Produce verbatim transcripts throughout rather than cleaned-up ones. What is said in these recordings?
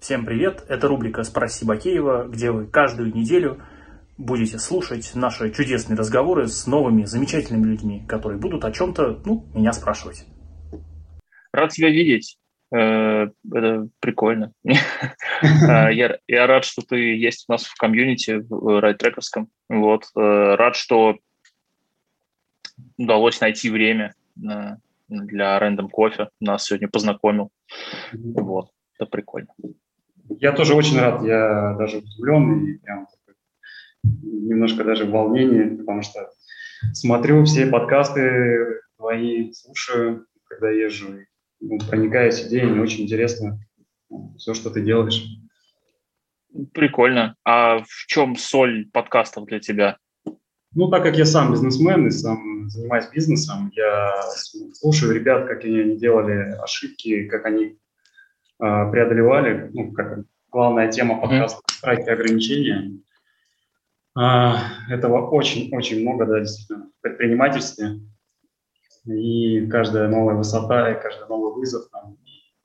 Всем привет! Это рубрика «Спроси Бакеева», где вы каждую неделю будете слушать наши чудесные разговоры с новыми замечательными людьми, которые будут о чем-то, ну, меня спрашивать. Рад тебя видеть. Это прикольно. Я, я рад, что ты есть у нас в комьюнити, в райтрекерском. Вот. Рад, что удалось найти время для Random Coffee. Нас сегодня познакомил. Вот. Это прикольно. Я тоже очень рад. Я даже удивлен и прям немножко даже в волнении, потому что смотрю все подкасты твои, слушаю, когда езжу, ну, проникаюсь идеями, очень интересно все, что ты делаешь. Прикольно. А в чем соль подкастов для тебя? Ну, так как я сам бизнесмен и сам занимаюсь бизнесом, я слушаю ребят, как они делали ошибки, как они э, преодолевали, ну, как главная тема подкаста – страхи и ограничения. А, этого очень-очень много, да, действительно, в предпринимательстве. И каждая новая высота, и каждый новый вызов, там,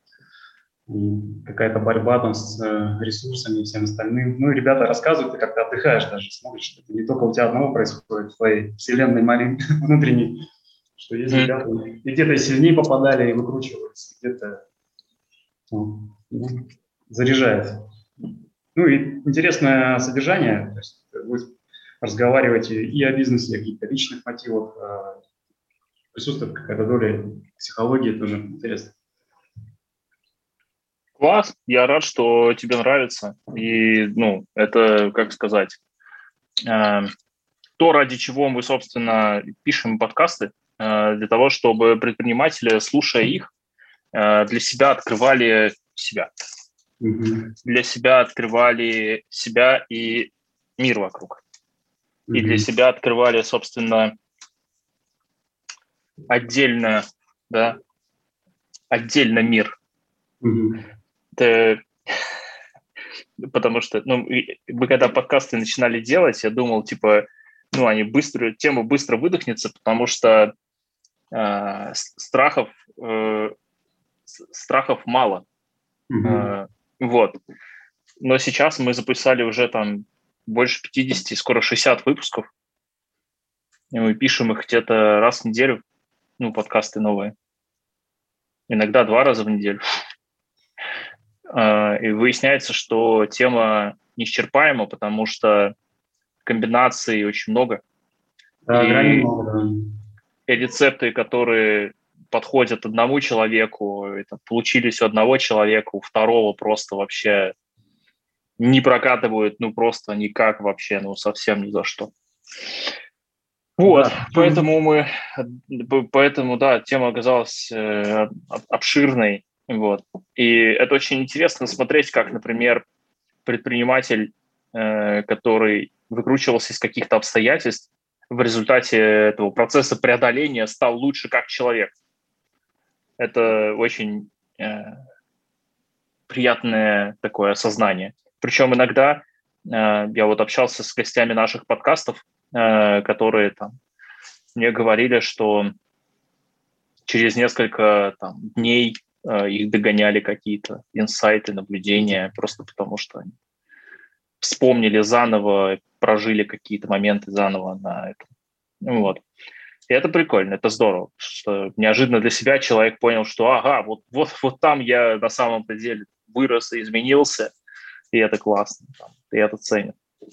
и какая-то борьба там с ресурсами и всем остальным. Ну и ребята рассказывают, ты как-то отдыхаешь даже, смотришь, что это не только у тебя одного происходит в твоей вселенной маленькой, внутренней, что есть mm-hmm. ребята, и где-то сильнее попадали и выкручивались, где-то ну, заряжает. Ну и интересное содержание, то есть вы разговариваете и о бизнесе, и о каких-то личных мотивах, присутствует какая-то доля психологии, тоже интересно. Класс, я рад, что тебе нравится. И, ну, это, как сказать, э, то, ради чего мы, собственно, пишем подкасты, э, для того, чтобы предприниматели, слушая их, э, для себя открывали себя. Mm-hmm. Для себя открывали себя и мир вокруг. Mm-hmm. И для себя открывали, собственно, отдельно, да, отдельно мир. Mm-hmm. Это... Потому что, ну, мы когда подкасты начинали делать, я думал, типа, ну, они быстро, тема быстро выдохнется, потому что э, страхов, э, страхов мало. Mm-hmm. Э, вот. Но сейчас мы записали уже там больше пятьдесят, скоро шестьдесят выпусков. И мы пишем их где-то раз в неделю, ну, подкасты новые. Иногда два раза в неделю. И выясняется, что тема неисчерпаема, потому что комбинаций очень много. Да, и, много, да. и рецепты, которые подходят одному человеку, это получились у одного человека, у второго просто вообще не прокатывают, ну просто никак вообще, ну совсем ни за что. Вот, да. поэтому мы, поэтому, да, тема оказалась э, обширной. Вот. И это очень интересно смотреть, как, например, предприниматель, э, который выкручивался из каких-то обстоятельств, в результате этого процесса преодоления стал лучше как человек. Это очень э, приятное такое осознание. Причем иногда э, я вот общался с гостями наших подкастов, э, которые там мне говорили, что через несколько там, дней их догоняли какие-то инсайты, наблюдения, просто потому что они вспомнили заново, прожили какие-то моменты заново на это. Вот. И это прикольно, это здорово, что неожиданно для себя человек понял, что ага, вот, вот, вот там я на самом-то деле вырос и изменился, и это классно, там, и это ценят.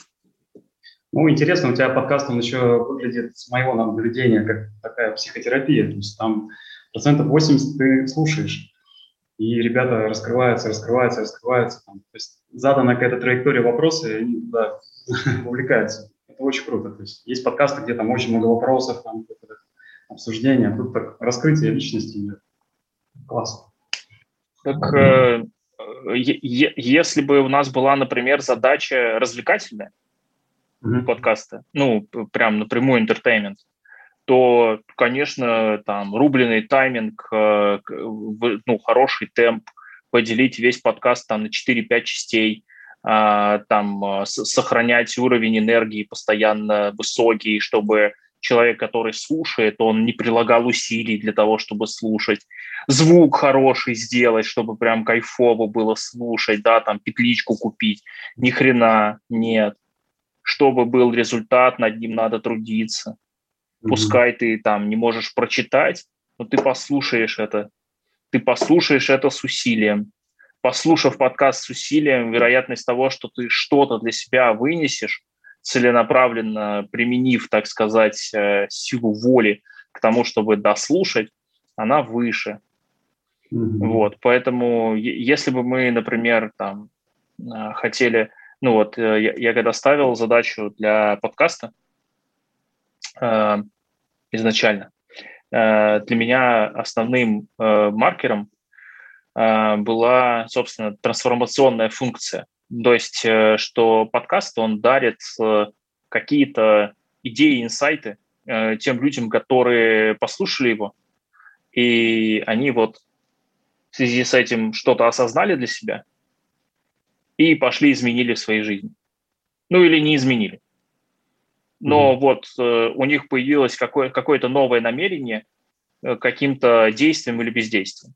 Ну, интересно, у тебя подкаст, он еще выглядит, с моего наблюдения, как такая психотерапия, то есть там процентов восемьдесят ты слушаешь, и ребята раскрываются, раскрываются, раскрываются. Там. То есть задана какая-то траектория вопроса, и они туда увлекаются. Это очень круто. То есть есть подкасты, где там очень много вопросов, там обсуждения. Тут так раскрытие личности идет. Класс. Так, э, е- если бы у нас была, например, задача развлекательная mm-hmm. подкаста, ну, прям напрямую entertainment, то, конечно, там рубленый тайминг, ну, хороший темп, поделить весь подкаст там на четыре-пять частей, там сохранять уровень энергии постоянно высокий, чтобы человек, который слушает, он не прилагал усилий для того, чтобы слушать, звук хороший сделать, чтобы прям кайфово было слушать, да, там петличку купить, ни хрена нет. Чтобы был результат, над ним надо трудиться. Mm-hmm. Пускай ты там не можешь прочитать, но ты послушаешь это. Ты послушаешь это с усилием. Послушав подкаст с усилием, вероятность того, что ты что-то для себя вынесешь, целенаправленно применив, так сказать, силу воли к тому, чтобы дослушать, она выше. Mm-hmm. Вот, поэтому если бы мы, например, там, хотели... Ну вот, я, я когда ставил задачу для подкаста э, изначально, э, для меня основным э, маркером э, была, собственно, трансформационная функция. То есть, э, что подкаст, он дарит э, какие-то идеи, инсайты э, тем людям, которые послушали его, и они вот в связи с этим что-то осознали для себя, и пошли изменили в своей жизни. Ну или не изменили. Но mm-hmm. вот э, у них появилось какое- какое-то новое намерение э, каким-то действием или бездействием.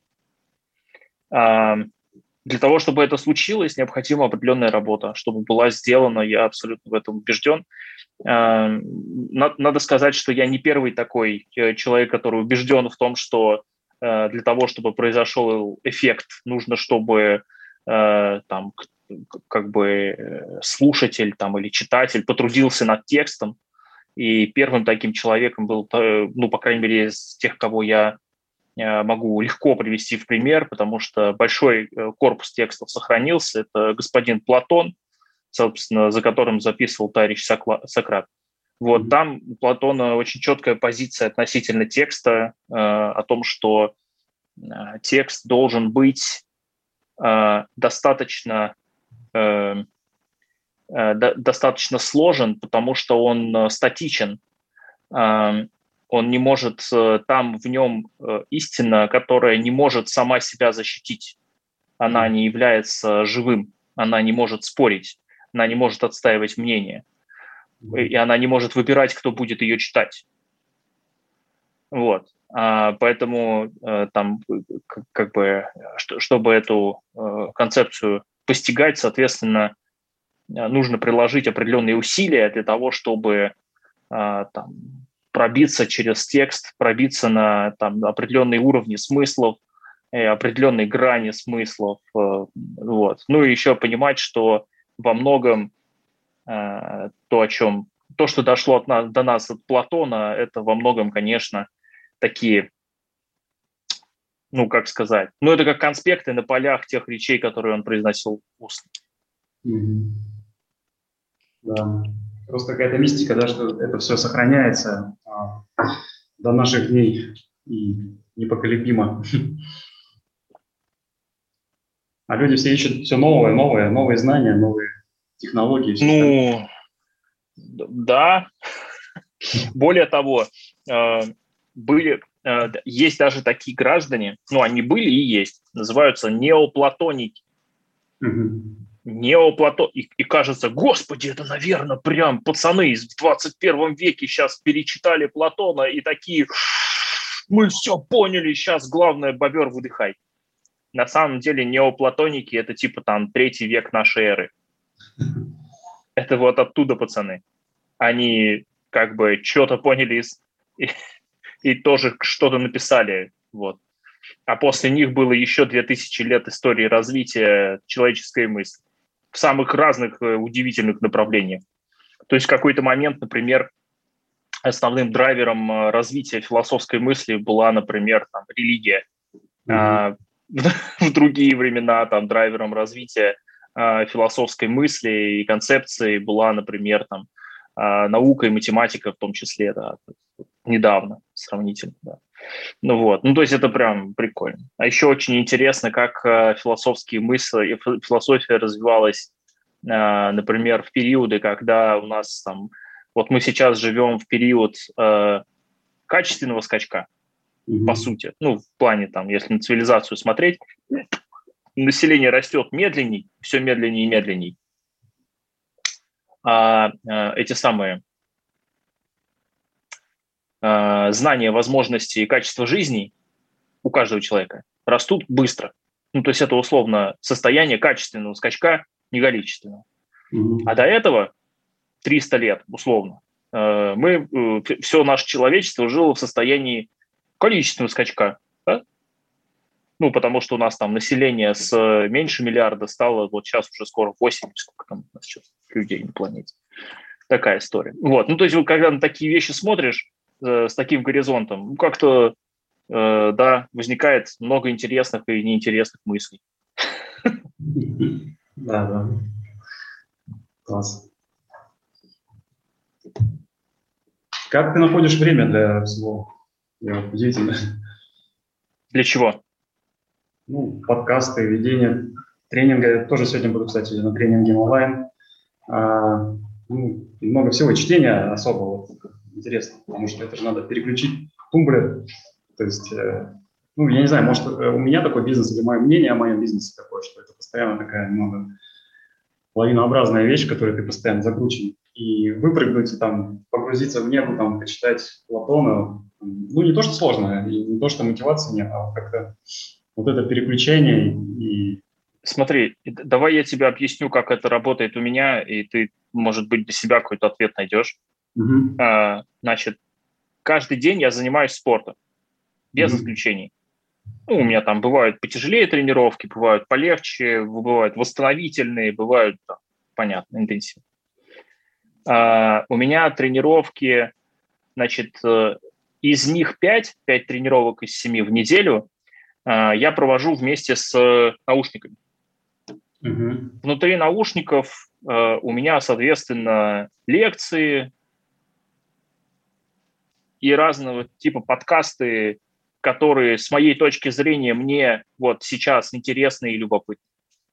А, для того, чтобы это случилось, необходима определенная работа, чтобы была сделана, я абсолютно в этом убежден. А, на- надо сказать, что я не первый такой человек, который убежден в том, что э, для того, чтобы произошел эффект, нужно, чтобы э, там как бы слушатель там, или читатель потрудился над текстом, и первым таким человеком был, ну, по крайней мере, из тех, кого я могу легко привести в пример, потому что большой корпус текстов сохранился. Это господин Платон, собственно, за которым записывал товарищ Сократ. Вот mm-hmm. там у Платона очень четкая позиция относительно текста, э, о том, что э, текст должен быть э, достаточно Э, э, до, достаточно сложен, потому что он э, статичен. Э, он не может, э, там в нем э, истина, которая не может сама себя защитить. Она не является живым, она не может спорить, она не может отстаивать мнение, и она не может выбирать, кто будет ее читать. Вот. А, поэтому э, там, как, как бы, что, чтобы эту э, концепцию постигать, соответственно, нужно приложить определенные усилия для того, чтобы а, там, пробиться через текст, пробиться на там, определенные уровни смыслов, э, определенные грани смыслов. Э, вот. Ну и еще понимать, что во многом э, то, о чем, то, что дошло от нас, до нас от Платона, это во многом, конечно, такие, ну, как сказать, ну, это как конспекты на полях тех речей, которые он произносил устно. Mm-hmm. Да. Просто какая-то мистика, да, что это все сохраняется а, до наших дней и непоколебимо. А люди все ищут все новое, новое, новые знания, новые технологии. Все ну, да. Более того, были, есть даже такие граждане, ну, они были и есть, называются неоплатоники. Угу. Неоплатон. И, и кажется, господи, это, наверное, прям пацаны в двадцать первом веке сейчас перечитали Платона и такие, мы все поняли, сейчас главное, бобер, выдыхай. На самом деле неоплатоники – это типа там третий век нашей эры. Это вот оттуда пацаны. Они как бы что-то поняли и, и тоже что-то написали. Вот. А после них было еще две тысячи лет истории развития человеческой мысли в самых разных удивительных направлениях. То есть в какой-то момент, например, основным драйвером развития философской мысли была, например, там, религия. Mm-hmm. В другие времена там, драйвером развития философской мысли и концепции была, например, там, наука и математика в том числе, да, недавно сравнительно. Да. Ну вот, ну то есть это прям прикольно. А еще очень интересно, как э, философские мысли, философия развивалась, э, например, в периоды, когда у нас там, вот мы сейчас живем в период э, качественного скачка, mm-hmm. по сути, ну в плане там, если на цивилизацию смотреть, население растет медленней, все медленнее и медленней. А э, эти самые э, знания, возможности и качество жизни у каждого человека растут быстро. Ну, то есть это условно состояние качественного скачка, не количественного. Mm-hmm. А до этого триста лет, условно, э, мы, э, все наше человечество жило в состоянии количественного скачка. Да? Ну, потому что у нас там население с меньше миллиарда стало, вот сейчас уже скоро восемь, сколько там у нас сейчас людей на планете. Такая история. Вот. Ну, то есть, вот, когда на такие вещи смотришь э, с таким горизонтом, ну, как-то, э, да, возникает много интересных и неинтересных мыслей. Да, да. Класс. Как ты находишь время для всего? Я удивительно. Для чего? Ну, подкасты, ведение тренинга. Я тоже сегодня буду, кстати, на тренинге онлайн. А, ну, много всего. Чтения особо вот, интересно, потому что это же надо переключить тумблер. То есть, э, ну, я не знаю, может, у меня такой бизнес или мое мнение о моем бизнесе такое, что это постоянно такая немного лавинообразная вещь, которой ты постоянно закручен. И выпрыгнуть, там, погрузиться в небо, там, почитать Платона, ну, не то, что сложно, и не то, что мотивации нет, а вот как-то вот это переключение и... Смотри, давай я тебе объясню, как это работает у меня, и ты, может быть, для себя какой-то ответ найдешь. Угу. А, значит, каждый день я занимаюсь спортом, без угу. исключений. Ну, у меня там бывают потяжелее тренировки, бывают полегче, бывают восстановительные, бывают, да, понятно, интенсивные. А, у меня тренировки, значит, из них пять, пять тренировок из семи в неделю а, я провожу вместе с наушниками. Uh-huh. Внутри наушников э, у меня, соответственно, лекции и разного типа подкасты, которые, с моей точки зрения, мне вот сейчас интересны и любопытны.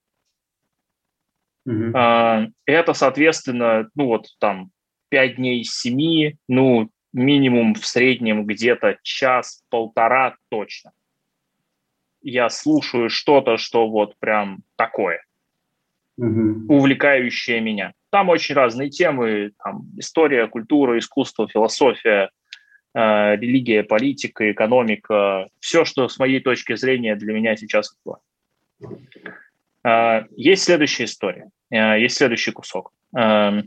Uh-huh. Э, это, соответственно, ну вот там пять дней из семи, ну минимум в среднем где-то час-полтора точно. Я слушаю что-то, что вот прям такое. Uh-huh. Увлекающее меня. Там очень разные темы, там история, культура, искусство, философия, э, религия, политика, экономика, все, что с моей точки зрения для меня сейчас актуально. Э, есть следующая история, э, есть следующий кусок. Э,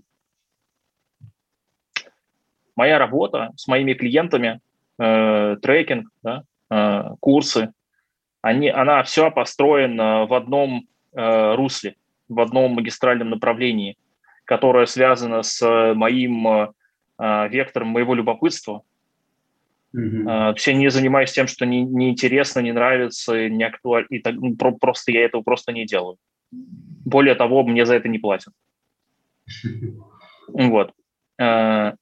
моя работа с моими клиентами, э, трекинг, да, э, курсы, они, она вся построена в одном э, русле, в одном магистральном направлении, которое связано с моим э, вектором моего любопытства. Mm-hmm. Э, все не занимаюсь тем, что не, не интересно, не нравится, не актуально, и так, ну, про, просто я этого просто не делаю. Более того, мне за это не платят. Вот. Э,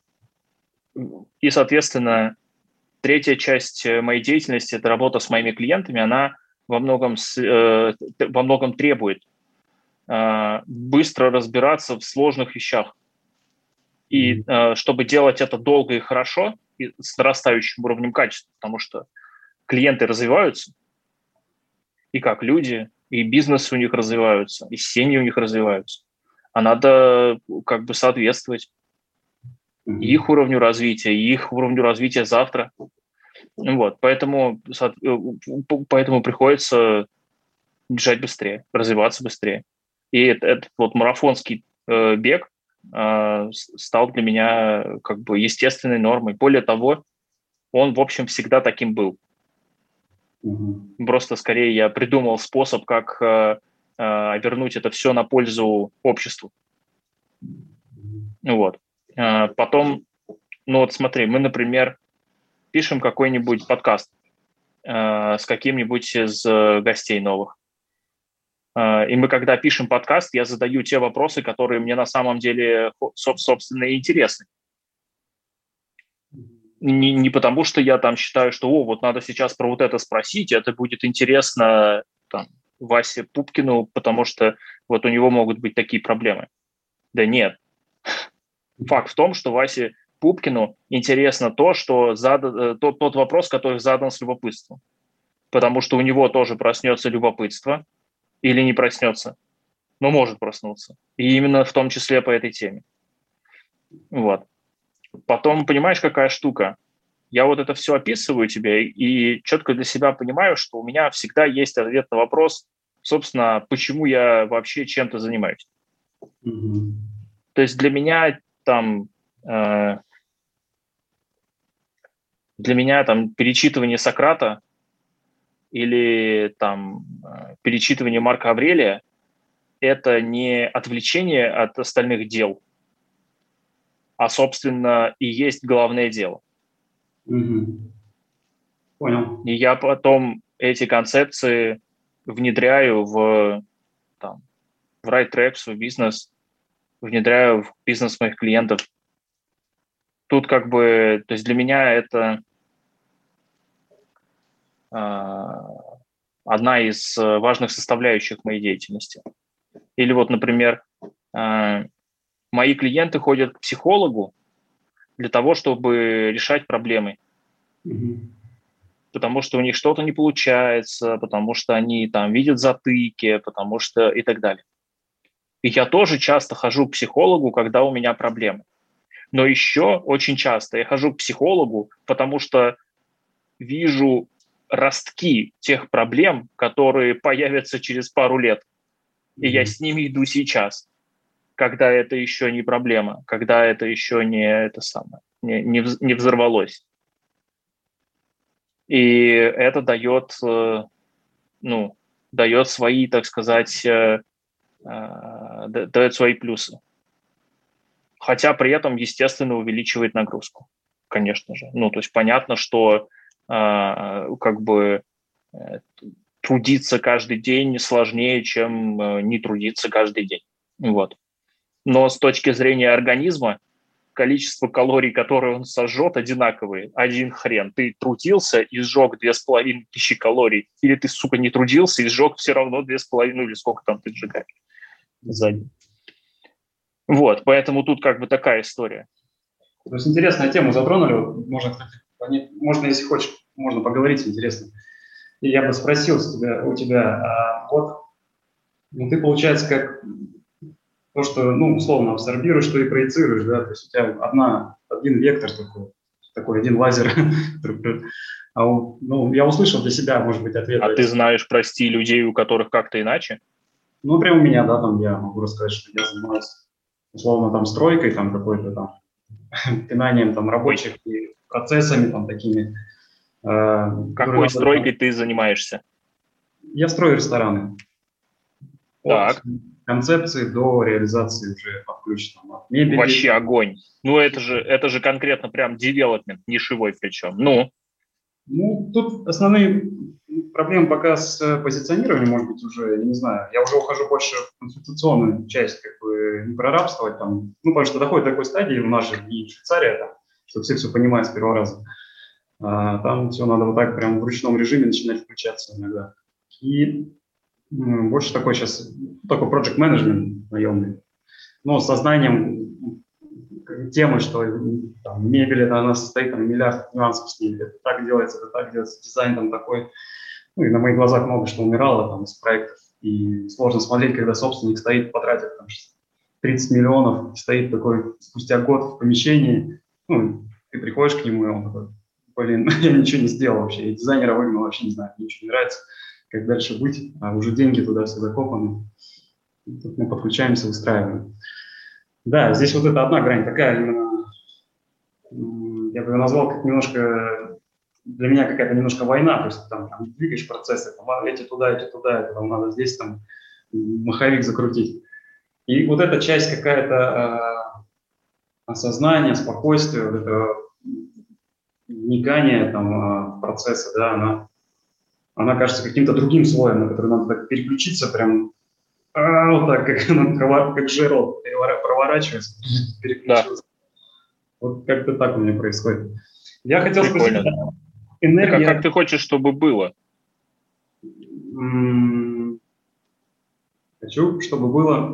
и, соответственно, третья часть моей деятельности – это работа с моими клиентами. Она во многом, э, во многом требует э, быстро разбираться в сложных вещах. И э, чтобы делать это долго и хорошо, и с нарастающим уровнем качества, потому что клиенты развиваются, и как люди, и бизнесы у них развиваются, и семьи у них развиваются. А надо как бы соответствовать и их уровню развития, и их уровню развития завтра. Вот, поэтому, поэтому приходится бежать быстрее, развиваться быстрее. И этот, этот вот марафонский э, бег э, стал для меня как бы естественной нормой. Более того, он, в общем, всегда таким был. Mm-hmm. Просто скорее я придумал способ, как э, э, вернуть это все на пользу обществу. Вот. Э, потом, ну вот смотри, мы, например, пишем какой-нибудь подкаст э, с каким-нибудь из э, гостей новых. Э, и мы, когда пишем подкаст, я задаю те вопросы, которые мне на самом деле, собственно, интересны. Не, не потому, что я там считаю, что о, вот надо сейчас про вот это спросить, это будет интересно там, Васе Пупкину, потому что вот у него могут быть такие проблемы. Да нет. Факт в том, что Васе Пупкину интересно то, что зада... тот, тот вопрос, который задан с любопытством. Потому что у него тоже проснется любопытство или не проснется, но может проснуться. И именно в том числе по этой теме. Вот. Потом, понимаешь, какая штука? Я вот это все описываю тебе и четко для себя понимаю, что у меня всегда есть ответ на вопрос, собственно, почему я вообще чем-то занимаюсь. Mm-hmm. То есть для меня там э, для меня там перечитывание Сократа или там э, перечитывание Марка Аврелия – это не отвлечение от остальных дел, а, собственно, и есть главное дело. Mm-hmm. Понял. И я потом эти концепции внедряю в, там, в Right-Track, в свой бизнес, внедряю в бизнес моих клиентов. Тут как бы, то есть для меня это э, одна из важных составляющих моей деятельности. Или вот, например, э, мои клиенты ходят к психологу для того, чтобы решать проблемы. Mm-hmm. Потому что у них что-то не получается, потому что они там видят затыки, потому что и так далее. И я тоже часто хожу к психологу, когда у меня проблемы. Но еще очень часто я хожу к психологу, потому что вижу ростки тех проблем, которые появятся через пару лет. И mm-hmm. я с ними иду сейчас, когда это еще не проблема, когда это еще не это самое, не, не, не взорвалось. И это дает, ну, дает свои, так сказать, дает свои плюсы. Хотя при этом, естественно, увеличивает нагрузку, конечно же. Ну, то есть понятно, что как бы трудиться каждый день сложнее, чем не трудиться каждый день. Вот. Но с точки зрения организма, количество калорий, которые он сожжет, одинаковые. Один хрен. Ты трудился и сжег две с половиной тысячи калорий. Или ты, сука, не трудился и сжег все равно две с половиной, или сколько там ты сжигаешь за день. Вот, поэтому тут как бы такая история. То есть интересную тему затронули. Можно, кстати, можно, если хочешь, можно поговорить, интересно. И я бы спросил у тебя, у тебя а вот ну, ты, получается, как то, что, ну, условно, абсорбируешь, что и проецируешь, да, то есть у тебя одна, один вектор такой, такой один лазер. А, ну, я услышал для себя, может быть, ответ. А ты знаешь, прости, людей, у которых как-то иначе? Ну, прям у меня, да, там я могу рассказать, что я занимаюсь, условно, там, стройкой, там, какой-то там, пинанием, там, рабочих и процессами, там, такими. Э, Какой стройкой там... ты занимаешься? Я строю рестораны. Так. От концепции до реализации уже подключено. От мебели. Вообще огонь. Ну, это же, это же конкретно прям девелопмент, нишевой причем. Ну? Ну, тут основные проблемы пока с позиционированием, может быть, уже, я не знаю, я уже ухожу больше в консультационную часть, как бы не прорабствовать там, ну, потому что доходит до такой стадии, у нас же не Швейцария, там, что все все понимают с первого раза. А, там все надо вот так прям в ручном режиме начинать включаться иногда. И м, больше такой сейчас, такой project management наемный, но с сознанием темы, что там, мебель, это она состоит там миллиард нюансов с ней, это так делается, это так делается, дизайн там такой. Ну и на моих глазах много что умирало там из проектов. И сложно смотреть, когда собственник стоит, потратив там тридцать миллионов, стоит такой спустя год в помещении, ну, ты приходишь к нему, и он такой, блин, я ничего не сделал вообще, и дизайнера выгнал, вообще не знаю, мне ничего не нравится, как дальше быть, а уже деньги туда все закопаны. И тут мы подключаемся, выстраиваем. Да, здесь вот это одна грань такая, именно, я бы ее назвал как немножко, для меня какая-то немножко война, то есть там, там двигаешь процессы, там, эти туда, эти туда, это, там надо здесь там маховик закрутить. И вот эта часть какая-то э, осознания, спокойствия, вот это вникание там, э, в процессы, да, она, она кажется каким-то другим слоем, на который надо так переключиться прям, а, вот так, как, ну, как жирок, проворачивается, переключился. Да. Вот как-то так у меня происходит. Я хотел Прикольно. спросить, энергия... Так, а как ты хочешь, чтобы было? М-м- хочу, чтобы было...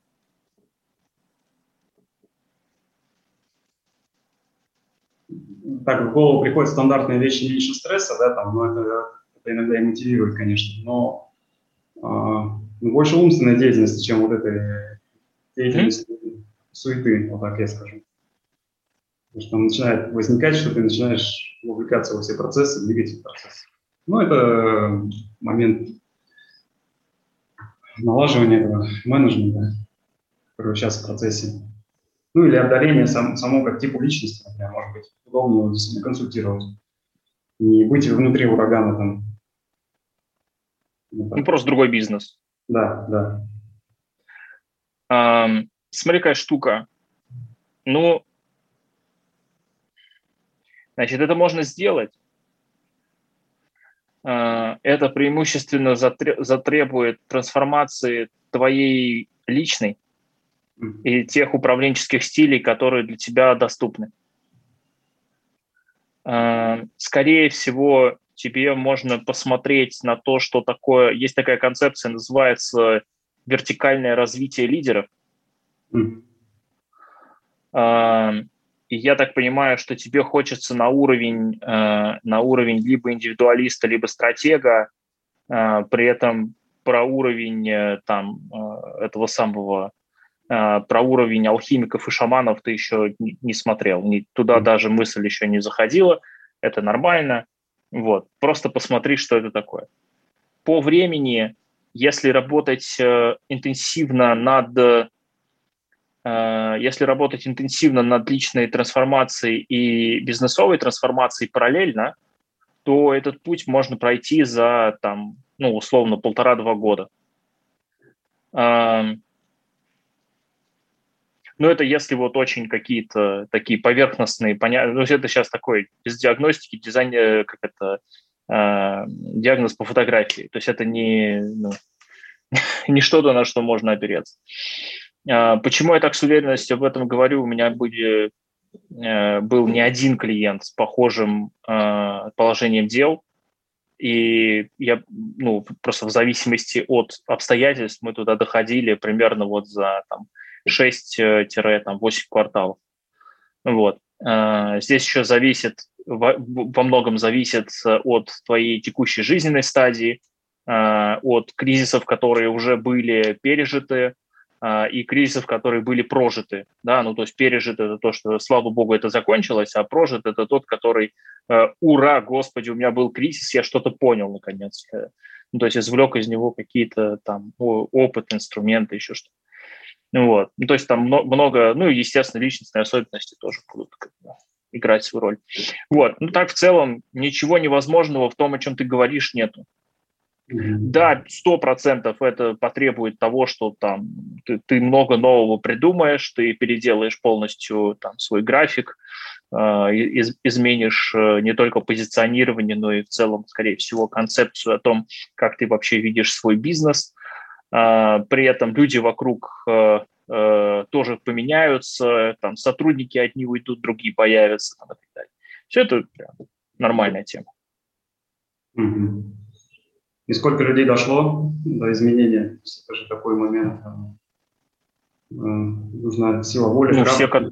Так, в голову приходят стандартные вещи, меньше стресса, да, там, но это, это иногда и мотивирует, конечно, но а, больше умственной деятельности, чем вот этой деятельности mm-hmm. суеты, вот так я скажу. Потому что начинает возникать, что ты начинаешь вовлекаться во все процессы, двигать эти процессы. Ну, это момент налаживания этого менеджмента, который сейчас в процессе. Ну, или отдаление сам, само как типу личности, например, может быть, удобнее действительно консультировать. Не быть внутри урагана там. Ну, просто другой бизнес. Да, да. А, смотри, какая штука. Ну, значит, это можно сделать. А, это преимущественно затребует трансформации твоей личной и тех управленческих стилей, которые для тебя доступны. А, скорее всего, тебе можно посмотреть на то, что такое... Есть такая концепция, называется вертикальное развитие лидеров. Mm. А, и я так понимаю, что тебе хочется на уровень, на уровень либо индивидуалиста, либо стратега, при этом про уровень там, этого самого, про уровень алхимиков и шаманов ты еще не смотрел. Туда даже мысль еще не заходила. Это нормально. Вот. Просто посмотри, что это такое. По времени, если работать интенсивно над... Если работать интенсивно над личной трансформацией и бизнесовой трансформацией параллельно, то этот путь можно пройти за, там, ну, условно, полтора-два года. Но это если вот очень какие-то такие поверхностные, понятия, ну, это сейчас такой без диагностики, дизайн, как это, диагноз по фотографии. То есть это не, ну, не что-то, на что можно опереться. Почему я так с уверенностью об этом говорю? У меня были, был не один клиент с похожим положением дел, и я, ну, просто в зависимости от обстоятельств мы туда доходили примерно вот за там, шесть-восемь кварталов. Вот. Здесь еще зависит, во, во многом зависит от твоей текущей жизненной стадии, от кризисов, которые уже были пережиты, и кризисов, которые были прожиты. Да? Ну, то есть пережит – это то, что, слава богу, это закончилось, а прожит – это тот, который, ура, господи, у меня был кризис, я что-то понял, наконец. Ну, то есть извлек из него какие-то там опыт, инструменты, еще что-то. Вот. Ну, то есть там много, ну, естественно, личностные особенности тоже будут играть свою роль. Вот. Ну, так в целом ничего невозможного в том, о чем ты говоришь, нету. Да, сто процентов это потребует того, что там ты, ты много нового придумаешь, ты переделаешь полностью там свой график, э, из, изменишь э, не только позиционирование, но и в целом, скорее всего, концепцию о том, как ты вообще видишь свой бизнес. Э, при этом люди вокруг э, э, тоже поменяются, там сотрудники одни уйдут, другие появятся, там, и так далее. Все это прям нормальная тема. Mm-hmm. И сколько людей дошло до изменения? Это же такой момент. Нужна сила воли. Ну, все, ко...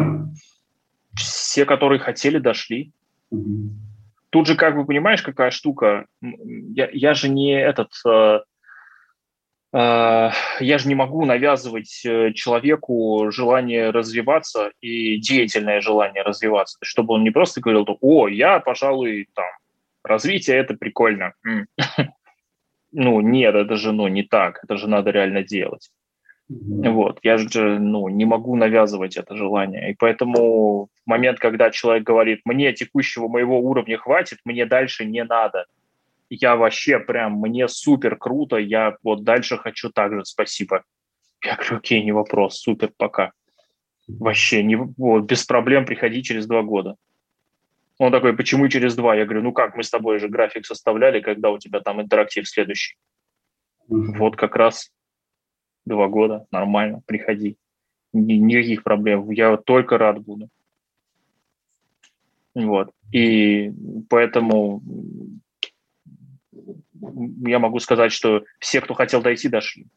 все, которые хотели, дошли. Угу. Тут же, как бы, понимаешь, какая штука? Я, я же не этот... Э, э, я же не могу навязывать человеку желание развиваться и деятельное желание развиваться. Чтобы он не просто говорил, о, я, пожалуй, там, развитие – это прикольно. Ну, нет, это же, ну, не так, это же надо реально делать. Mm-hmm. Вот, я же, ну, не могу навязывать это желание. И поэтому в момент, когда человек говорит, мне текущего моего уровня хватит, мне дальше не надо. Я вообще прям, мне супер круто, я вот дальше хочу так же, спасибо. Я говорю, окей, не вопрос, супер, пока. Вообще, не, вот, без проблем приходи через два года. Он такой, почему через два? Я говорю, ну как, мы с тобой же график составляли, когда у тебя там интерактив следующий. Mm-hmm. Вот как раз два года, нормально, приходи. Никаких проблем, я только рад буду. Вот. И поэтому я могу сказать, что все, кто хотел дойти, дошли.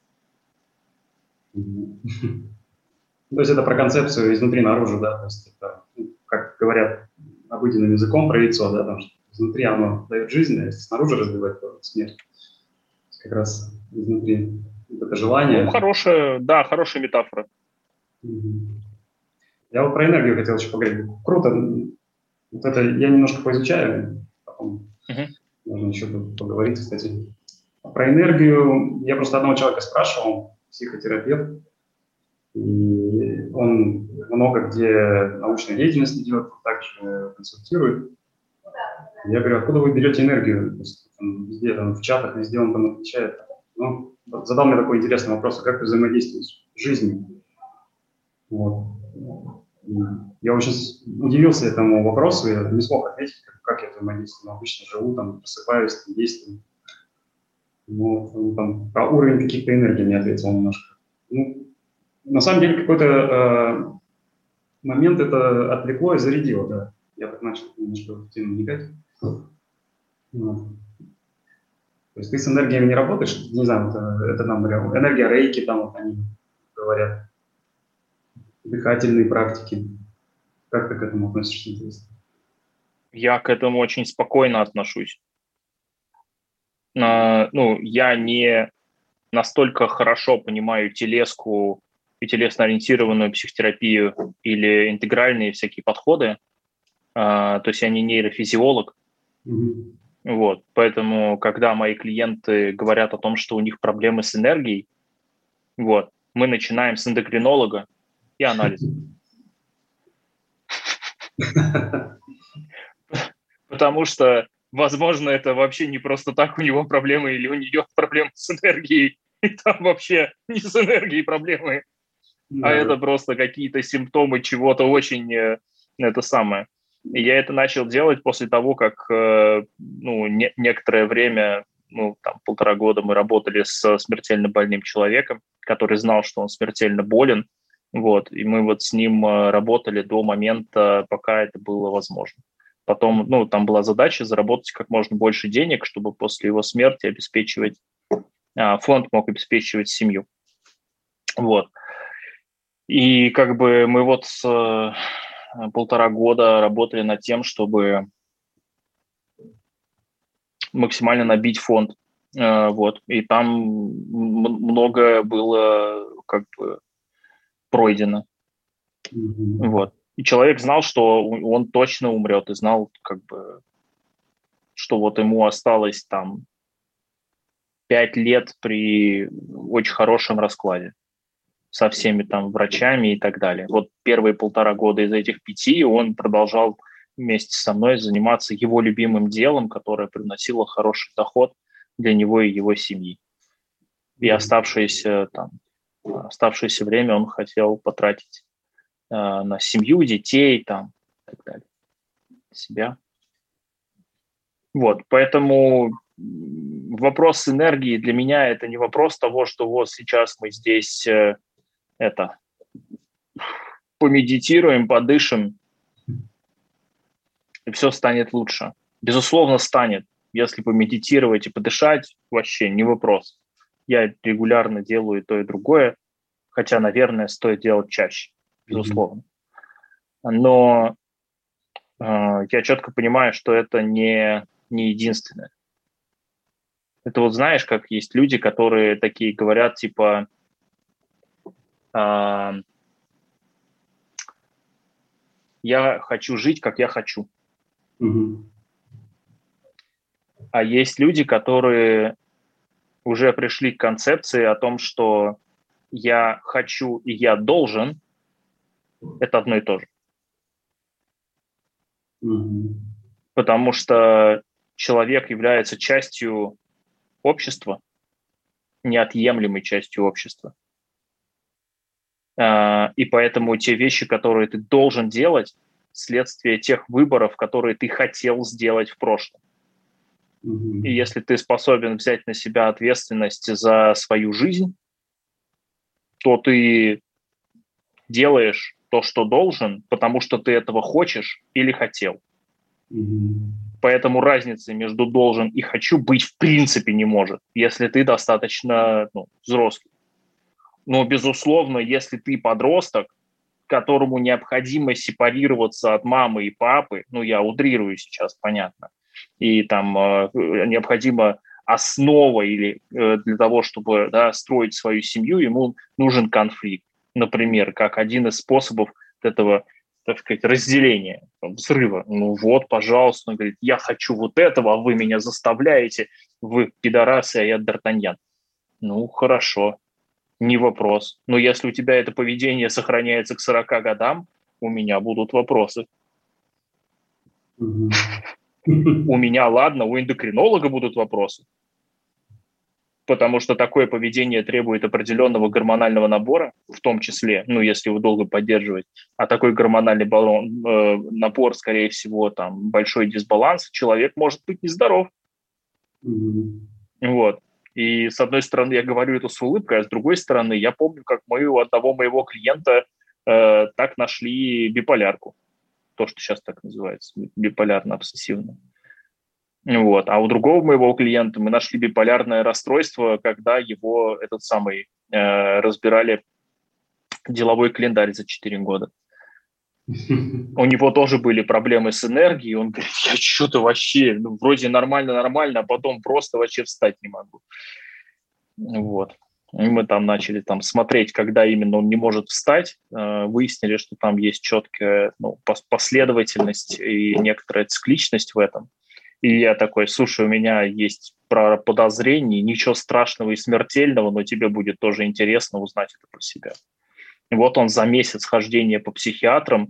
Mm-hmm. То есть это про концепцию изнутри наружу, да? То есть это, как говорят обыденным языком, про яйцо, да, потому что изнутри оно дает жизнь, а если снаружи развивает, то смерть. Как раз изнутри это желание. Ну, хорошая, да, хорошая метафора. Угу. Я вот про энергию хотел еще поговорить. Круто. Вот это я немножко поизучаю, потом uh-huh. можно еще поговорить, кстати. Про энергию я просто одного человека спрашивал, психотерапевт, и он много где научной деятельности делает, также консультирует. Я говорю, откуда вы берете энергию? Там, везде, там, в чатах, везде он там отвечает. Ну, задал мне такой интересный вопрос, а как ты взаимодействуешь в жизни? Вот. Я очень удивился этому вопросу, я не смог ответить, как, как я взаимодействую. Но обычно живу, там, просыпаюсь, там, действую. Ну, он там про уровень каких-то энергий не ответил немножко. Ну, на самом деле, какой-то э, момент это отвлекло и зарядило, да. Я так начал немножко в тему вникать. Вот. То есть ты с энергиями не работаешь, не знаю, это, это нам энергия рейки, там вот они говорят, дыхательные практики. Как ты к этому относишься, интересно? Я к этому очень спокойно отношусь. А, ну, я не настолько хорошо понимаю телеску и телесно-ориентированную психотерапию или интегральные всякие подходы. А, то есть я не нейрофизиолог. Mm-hmm. Вот, поэтому, когда мои клиенты говорят о том, что у них проблемы с энергией, вот, мы начинаем с эндокринолога и анализа. Потому что, возможно, это вообще не просто так у него проблемы или у нее проблемы с энергией, и там вообще не с энергией проблемы, а это просто какие-то симптомы чего-то очень, это самое. И я это начал делать после того, как ну, не, некоторое время, ну, там, полтора года мы работали с смертельно больным человеком, который знал, что он смертельно болен, вот, и мы вот с ним работали до момента, пока это было возможно. Потом, ну, там была задача заработать как можно больше денег, чтобы после его смерти обеспечивать, фонд мог обеспечивать семью. Вот. И как бы мы вот с полтора года работали над тем, чтобы максимально набить фонд. Вот. И там многое было как бы пройдено. Mm-hmm. Вот. И человек знал, что он точно умрет, и знал, как бы, что вот ему осталось там пять лет при очень хорошем раскладе со всеми там врачами и так далее. Вот первые полтора года из этих пяти он продолжал вместе со мной заниматься его любимым делом, которое приносило хороший доход для него и его семьи. И оставшееся, там, оставшееся время он хотел потратить э, на семью, детей там, и так далее, себя. Вот, поэтому вопрос энергии для меня это не вопрос того, что вот сейчас мы здесь э, это помедитируем, подышим, и все станет лучше. Безусловно, станет. Если помедитировать и подышать, вообще не вопрос. Я регулярно делаю и то, и другое, хотя, наверное, стоит делать чаще, безусловно. Но э, я четко понимаю, что это не, не единственное. Это вот знаешь, как есть люди, которые такие говорят, типа, э, я хочу жить, как я хочу. Mm-hmm. А есть люди, которые уже пришли к концепции о том, что я хочу и я должен, это одно и то же. Mm-hmm. Потому что человек является частью общества, неотъемлемой частью общества. И поэтому те вещи, которые ты должен делать, следствие тех выборов, которые ты хотел сделать в прошлом. Mm-hmm. И если ты способен взять на себя ответственность за свою жизнь, то ты делаешь то, что должен, потому что ты этого хочешь или хотел. Mm-hmm. Поэтому разницы между должен и хочу быть в принципе не может, если ты достаточно ну, взрослый. Но, безусловно, если ты подросток, которому необходимо сепарироваться от мамы и папы, ну, я утрирую сейчас, понятно, и там э, необходимо основа или э, для того, чтобы да, строить свою семью, ему нужен конфликт. Например, как один из способов этого, так сказать, разделения, там, взрыва. Ну вот, пожалуйста, он говорит, я хочу вот этого, а вы меня заставляете, вы пидорасы, а я Д'Артаньян. Ну, хорошо, не вопрос. Но если у тебя это поведение сохраняется к сорока годам, у меня будут вопросы. Мгм. У меня, ладно, у эндокринолога будут вопросы, потому что такое поведение требует определенного гормонального набора, в том числе, ну, если его долго поддерживать, а такой гормональный баллон, э, набор, скорее всего, там, большой дисбаланс, человек может быть нездоров. Мгм. Вот. И с одной стороны, я говорю это с улыбкой, а с другой стороны, я помню, как мы у одного моего клиента э, так нашли биполярку. То, что сейчас так называется, биполярно-обсессивно. Вот. А у другого моего клиента мы нашли биполярное расстройство, когда его этот самый э, разбирали деловой календарь за четыре года. У него тоже были проблемы с энергией. Он говорит, я что-то вообще, ну, вроде нормально-нормально, а потом просто вообще встать не могу. Вот. И мы там начали там смотреть, когда именно он не может встать. Выяснили, что там есть четкая, ну, последовательность и некоторая цикличность в этом. И я такой, слушай, у меня есть подозрение, ничего страшного и смертельного, но тебе будет тоже интересно узнать это про себя. И вот он за месяц хождения по психиатрам,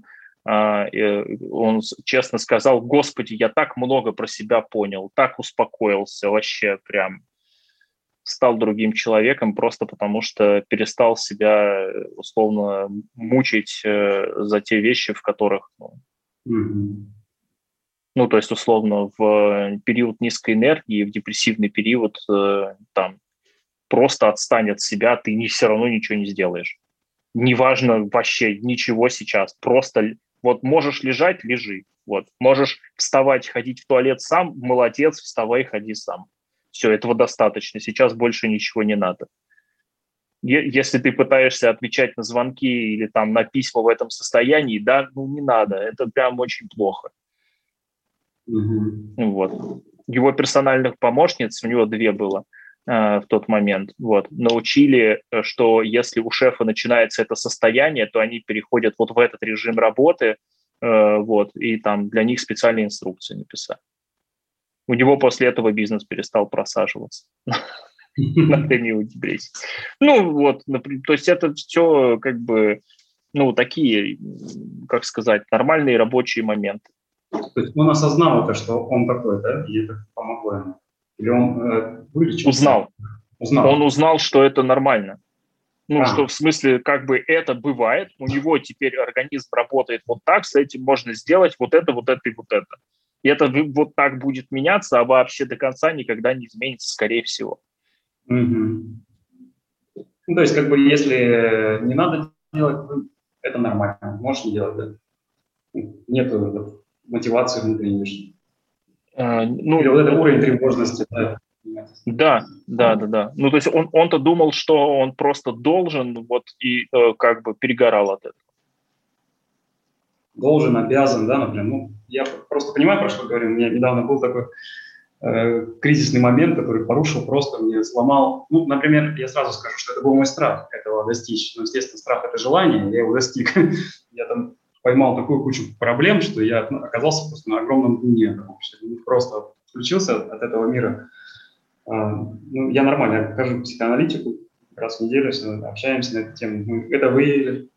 он честно сказал, Господи, я так много про себя понял, так успокоился, вообще прям стал другим человеком просто потому, что перестал себя условно мучить за те вещи, в которых... Ну, mm-hmm. ну то есть условно в период низкой энергии, в депрессивный период там просто отстань от себя, ты не, все равно ничего не сделаешь. Неважно вообще ничего сейчас, просто вот можешь лежать, лежи. Вот. Можешь вставать, ходить в туалет сам, молодец, вставай, ходи сам. Все, этого достаточно, сейчас больше ничего не надо. Если ты пытаешься отвечать на звонки или там на письма в этом состоянии, да, ну не надо, это прям очень плохо. Mm-hmm. Вот. Его персональных помощниц, у него две было э, в тот момент, вот, научили, что если у шефа начинается это состояние, то они переходят вот в этот режим работы, э, вот, и там для них специальные инструкции написали. У него после этого бизнес перестал просаживаться на период депрессии. Ну, вот, то есть это все как бы, ну, такие, как сказать, нормальные рабочие моменты. То есть он осознал это, что он такой, да, и это помогло ему? Или он э, вылечился? Узнал. узнал. Он узнал, что это нормально. Ну, а. что в смысле, как бы это бывает, у него теперь организм работает вот так, с этим можно сделать вот это, вот это и вот это. И это вот так будет меняться, а вообще до конца никогда не изменится, скорее всего. Угу. Ну, то есть, как бы, если не надо делать, это нормально, можешь не делать, да? Нету мотивации внутренней. А, ну, Или вот этот уровень тревожности, да. Да, да, да, да. Ну, то есть он, он-то думал, что он просто должен, вот, и э, как бы перегорал от этого. Должен, обязан, да, например. Ну, я просто понимаю, про что говорю. У меня недавно был такой э, кризисный момент, который порушил просто, мне сломал. Ну, например, я сразу скажу, что это был мой страх этого достичь. Ну, естественно, страх – это желание, я его достиг. Я там поймал такую кучу проблем, что я оказался просто на огромном дне. Просто включился от этого мира. А, ну, я нормально, я хожу к психоаналитику, раз в неделю общаемся на эту тему. Мы это выявили.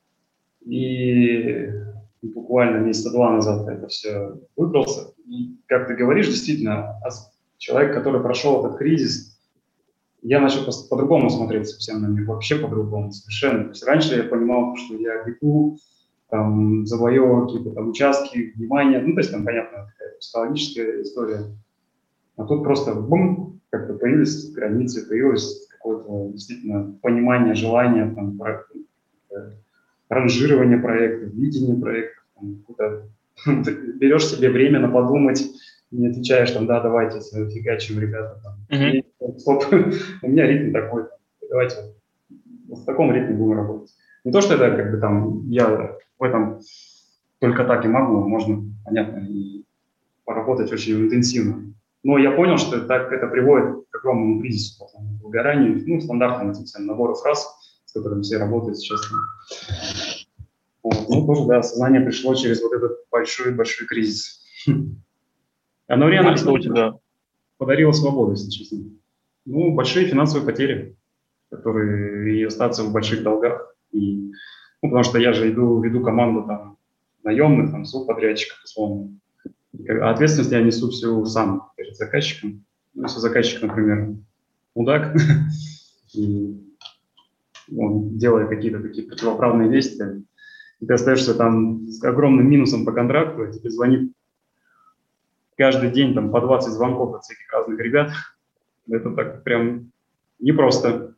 И буквально месяца два назад это все выбрался. И, как ты говоришь, действительно, человек, который прошел этот кризис, я начал просто по-другому смотреть совсем на мир, вообще по-другому, совершенно. То есть раньше я понимал, что я бегу, там, завоевываю какие-то там участки, внимание, ну, то есть там, понятно, такая психологическая история. А тут просто бум, как-то появились границы, появилось какое-то действительно понимание, желание, там, ранжирование проектов, видение проектов, там, берешь себе время на подумать, не отвечаешь там, да, давайте фигачим, ребята. Там. Mm-hmm. Стоп, у меня ритм такой, давайте вот в таком ритме будем работать. Не то, что это как бы там, я в этом только так и могу, можно, понятно, и поработать очень интенсивно. Но я понял, что так это приводит к огромному кризису, к выгоранию, ну, стандартному набору фраз, с которыми все работают сейчас. Вот. Ну, тоже, да, осознание пришло через вот этот большой-большой кризис. Оно реально а что у тебя? подарило свободу, если честно. Ну, большие финансовые потери, которые и остаться в больших долгах. И, ну, потому что я же иду, веду команду там наемных, там, субподрядчиков, условно. А ответственность я несу всю сам перед заказчиком. Ну, если заказчик, например, мудак, и он делает какие-то такие противоправные действия, и ты остаешься там с огромным минусом по контракту, и тебе звонит каждый день там по двадцать звонков от всяких разных ребят. Это так прям непросто.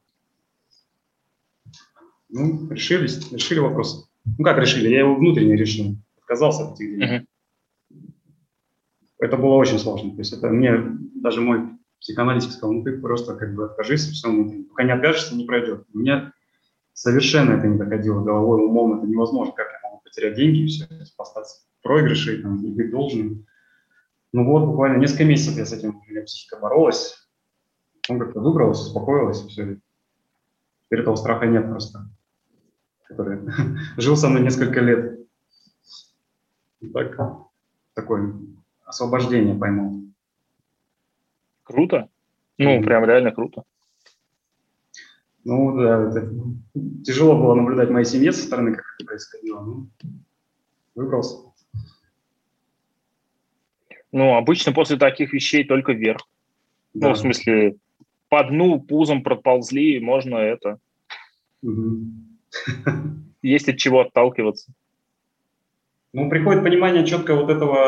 Ну, решились, решили вопрос. Ну, как решили? Я его внутренне решил. Отказался от этих денег. Uh-huh. Это было очень сложно. То есть это мне даже мой психоаналитик сказал, ну, ты просто как бы откажись, и все, ну, пока не откажешься, не пройдет. У меня совершенно это не доходило головой, умом это невозможно. Как я могу потерять деньги и все, остаться в проигрыше, там, и быть должным. Ну вот, буквально несколько месяцев я с этим, у меня психика боролась. Он как-то выбралась, успокоилась, и все. Теперь этого страха нет просто, который жил со мной несколько лет. Так, такое освобождение поймал. Круто. Ну, mm-hmm. прям реально круто. Ну, да, это тяжело было наблюдать в моей семье со стороны, как это происходило. Ну, выбрался. Ну, обычно после таких вещей только вверх. Да. Ну, в смысле, по дну пузом проползли, можно это. Угу. Есть от чего отталкиваться. Ну, приходит понимание четко вот этого,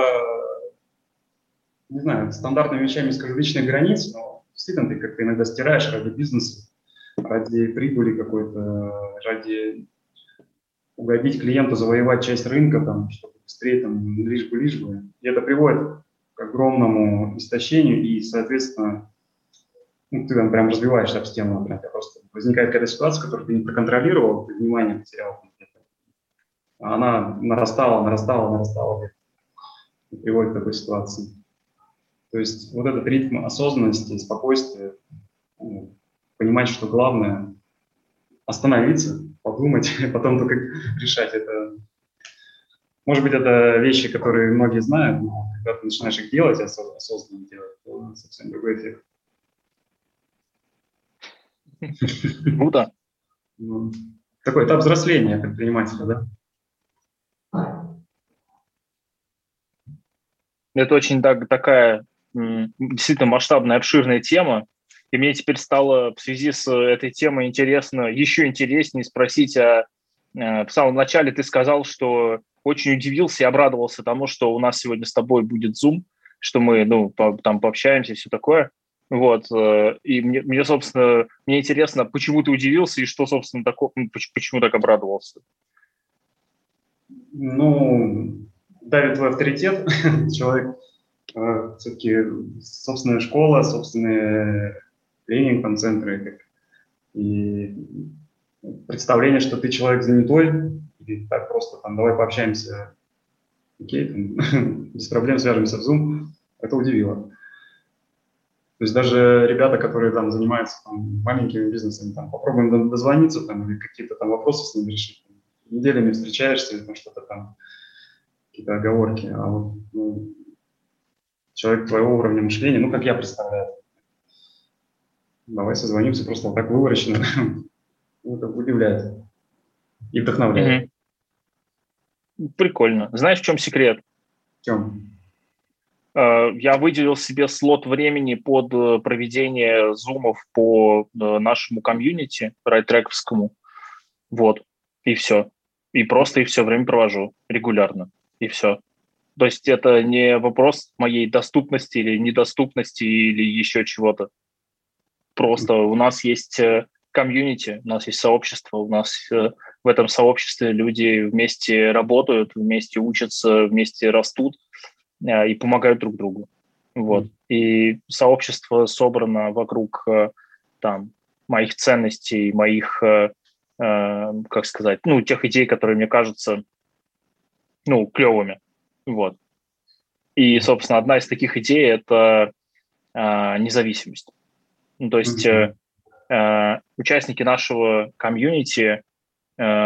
не знаю, стандартными вещами скажу, личных границ, но действительно ты как-то иногда стираешь ради бизнеса, ради прибыли какой-то, ради угодить клиенту, завоевать часть рынка, там, чтобы быстрее, там, лишь бы, лишь бы. И это приводит к огромному истощению, и, соответственно, ну, ты там прям разбиваешься об стену, например, просто возникает какая-то ситуация, которую ты не проконтролировал, ты внимание потерял. Она нарастала, нарастала, нарастала, и приводит к такой ситуации. То есть вот этот ритм осознанности, спокойствия, ну, понимать, что главное остановиться, подумать, потом только решать это. Может быть, это вещи, которые многие знают, но когда ты начинаешь их делать, осознанно делать, то совсем другой эффект. Круто. Ну, такой этап взросления предпринимателя, да? Это очень так, такая действительно масштабная, обширная тема. И мне теперь стало в связи с этой темой интересно, еще интереснее спросить, а, в самом начале ты сказал, что очень удивился и обрадовался тому, что у нас сегодня с тобой будет Zoom, что мы ну, по, там пообщаемся и все такое. Вот. И мне, мне, собственно, мне интересно, почему ты удивился и что, собственно, такое, почему так обрадовался? Ну, давит твой авторитет. Человек э, все-таки собственная школа, собственные тренинг-центры. И представление, что ты человек занятой, и так просто там давай пообщаемся, окей, там, без проблем свяжемся в Zoom, это удивило. То есть даже ребята, которые там занимаются там, маленькими бизнесами, там, попробуем дозвониться там, или какие-то там вопросы с ними решить. Неделями встречаешься, там что-то там, какие-то оговорки. А вот ну, человек твоего уровня мышления, ну, как я представляю, давай созвонимся просто вот так выборочно. Это удивляет и вдохновляет. Угу. Прикольно. Знаешь, в чем секрет? В чем? Я выделил себе слот времени под проведение зумов по нашему комьюнити, райтрекскому. Вот. И все. И просто и все время провожу регулярно. И все. То есть это не вопрос моей доступности или недоступности или еще чего-то. Просто у нас есть комьюнити, у нас есть сообщество, у нас в этом сообществе люди вместе работают, вместе учатся, вместе растут и помогают друг другу. Вот. Mm. И сообщество собрано вокруг там, моих ценностей, моих, э, как сказать, ну, тех идей, которые мне кажутся, ну, клевыми. Вот. И, собственно, одна из таких идей – это э, независимость. Ну, то есть mm-hmm. э, э, участники нашего комьюнити э,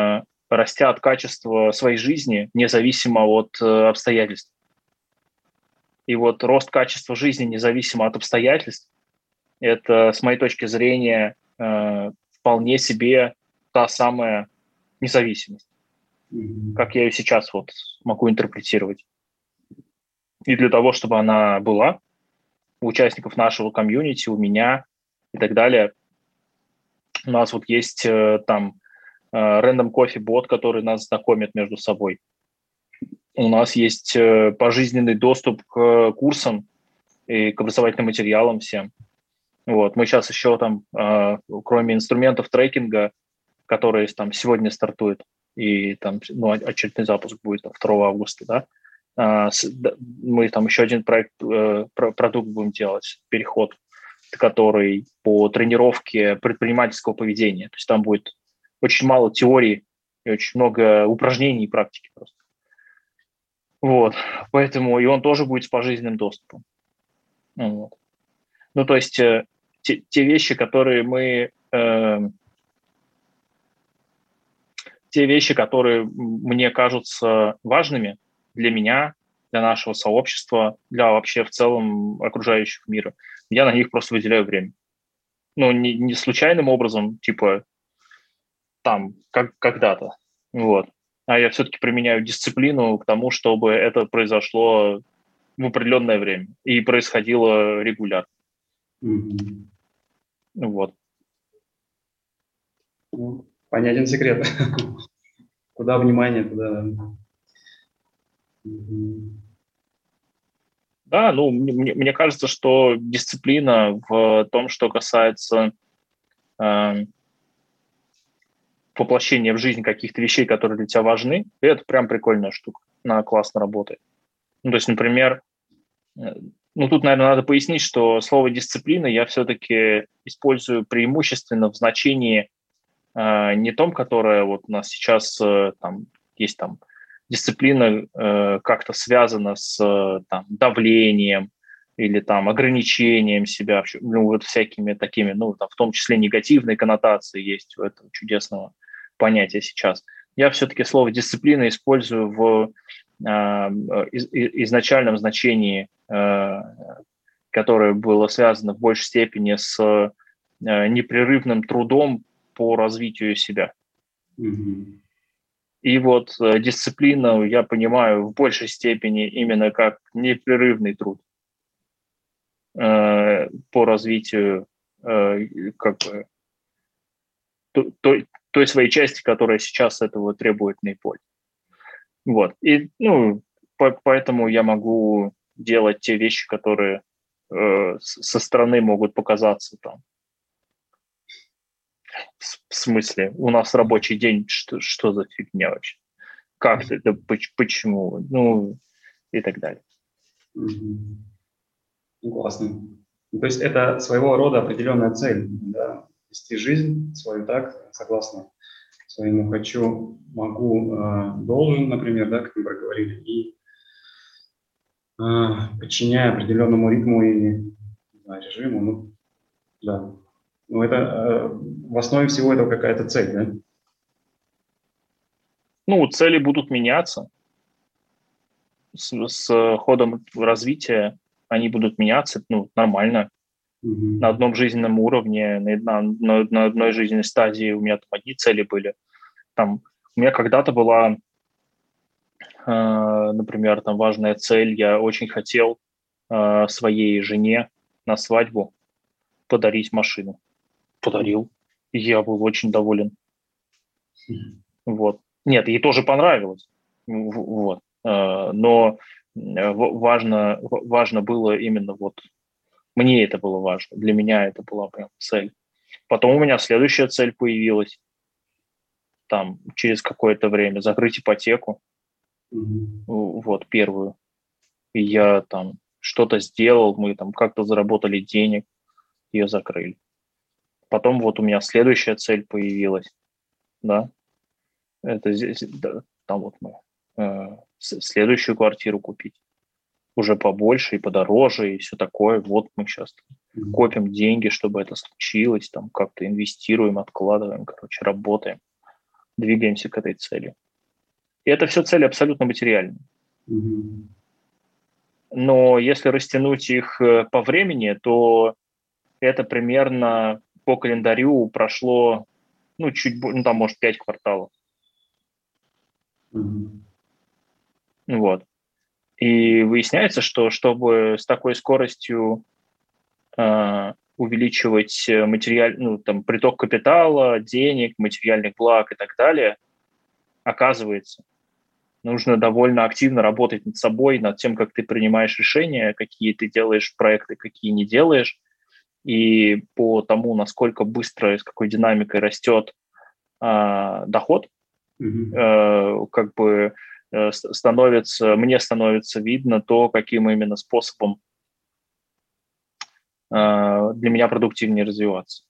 растят качество своей жизни независимо от э, обстоятельств. И вот рост качества жизни независимо от обстоятельств – это, с моей точки зрения, э, вполне себе та самая независимость, mm-hmm. как я ее сейчас вот могу интерпретировать. И для того, чтобы она была у участников нашего комьюнити, у меня и так далее, у нас вот есть э, там э, Random Coffee бот, который нас знакомит между собой. У нас есть э, пожизненный доступ к курсам и к образовательным материалам всем. Вот. Мы сейчас еще там, э, кроме инструментов трекинга, которые там сегодня стартуют, и там ну, очередной запуск будет второго августа, да, э, с, да, мы там еще один проект, э, про, продукт будем делать, переход, который по тренировке предпринимательского поведения. То есть там будет очень мало теории и очень много упражнений и практики просто. Вот, поэтому и он тоже будет с пожизненным доступом. Вот. Ну, то есть э, те, те вещи, которые мы, э, те вещи, которые мне кажутся важными для меня, для нашего сообщества, для вообще в целом окружающего мира, я на них просто выделяю время. Ну, не, не случайным образом, типа там, как когда-то, вот. А я все-таки применяю дисциплину к тому, чтобы это произошло в определенное время и происходило регулярно. Mm-hmm. Вот. Ну, понятен секрет. Куда внимание, туда... Mm-hmm. Да, ну, мне, мне кажется, что дисциплина в том, что касается э, воплощения в жизнь каких-то вещей, которые для тебя важны, это прям прикольная штука. Она классно работает. Ну, то есть, например, ну, тут, наверное, надо пояснить, что слово «дисциплина» я все-таки использую преимущественно в значении э, не том, которое вот у нас сейчас э, там есть там дисциплина э, как-то связана с э, там, давлением или там ограничением себя, ну, вот всякими такими, ну, там, в том числе негативные коннотации есть у этого чудесного понятия сейчас. Я все-таки слово «дисциплина» использую в э, из, изначальном значении, э, которое было связано в большей степени с э, непрерывным трудом по развитию себя. Mm-hmm. И вот э, дисциплину я понимаю в большей степени именно как непрерывный труд э, по развитию э, как бы той, той своей части, которая сейчас этого требует наиболее. Вот. И, ну, по, поэтому я могу делать те вещи, которые э, со стороны могут показаться там. В смысле, у нас рабочий день, что, что за фигня вообще? Как ты, да, почему? Ну, и так далее. Mm-hmm. Классно. То есть это своего рода определенная цель, да? Вести жизнь свою так, согласно своему хочу, могу, э, должен, например, да, как мы проговорили, и э, подчиняя определенному ритму и не знаю, режиму, ну, да. Но это э, в основе всего этого какая-то цель, да? Ну, цели будут меняться с, с ходом развития, они будут меняться, ну, нормально. Mm-hmm. На одном жизненном уровне, на, на, на одной жизненной стадии у меня там одни цели были. Там, у меня когда-то была, э, например, там важная цель, я очень хотел э, своей жене на свадьбу подарить машину. Подарил. И я был очень доволен. Mm-hmm. Вот. Нет, ей тоже понравилось. Вот. Э, но важно, важно было именно вот мне это было важно, для меня это была прям цель. Потом у меня следующая цель появилась, там, через какое-то время, закрыть ипотеку, mm-hmm. вот, первую. И я там что-то сделал, мы там как-то заработали денег, ее закрыли. Потом вот у меня следующая цель появилась, да, это здесь, да, там вот мы, э, следующую квартиру купить. Уже побольше и подороже, и все такое. Вот мы сейчас mm-hmm. копим деньги, чтобы это случилось, там как-то инвестируем, откладываем, короче, работаем. двигаемся к этой цели. И это все цели абсолютно материальные. Mm-hmm. Но если растянуть их по времени, то это примерно по календарю прошло, ну, чуть больше, ну, там, может, пять кварталов. Mm-hmm. Вот. И выясняется, что чтобы с такой скоростью э, увеличивать материаль, ну, там, приток капитала, денег, материальных благ и так далее, оказывается, нужно довольно активно работать над собой, над тем, как ты принимаешь решения, какие ты делаешь проекты, какие не делаешь. И по тому, насколько быстро и с какой динамикой растет э, доход, Mm-hmm. э, как бы э, становится, мне становится видно то, каким именно способом э, для меня продуктивнее развиваться.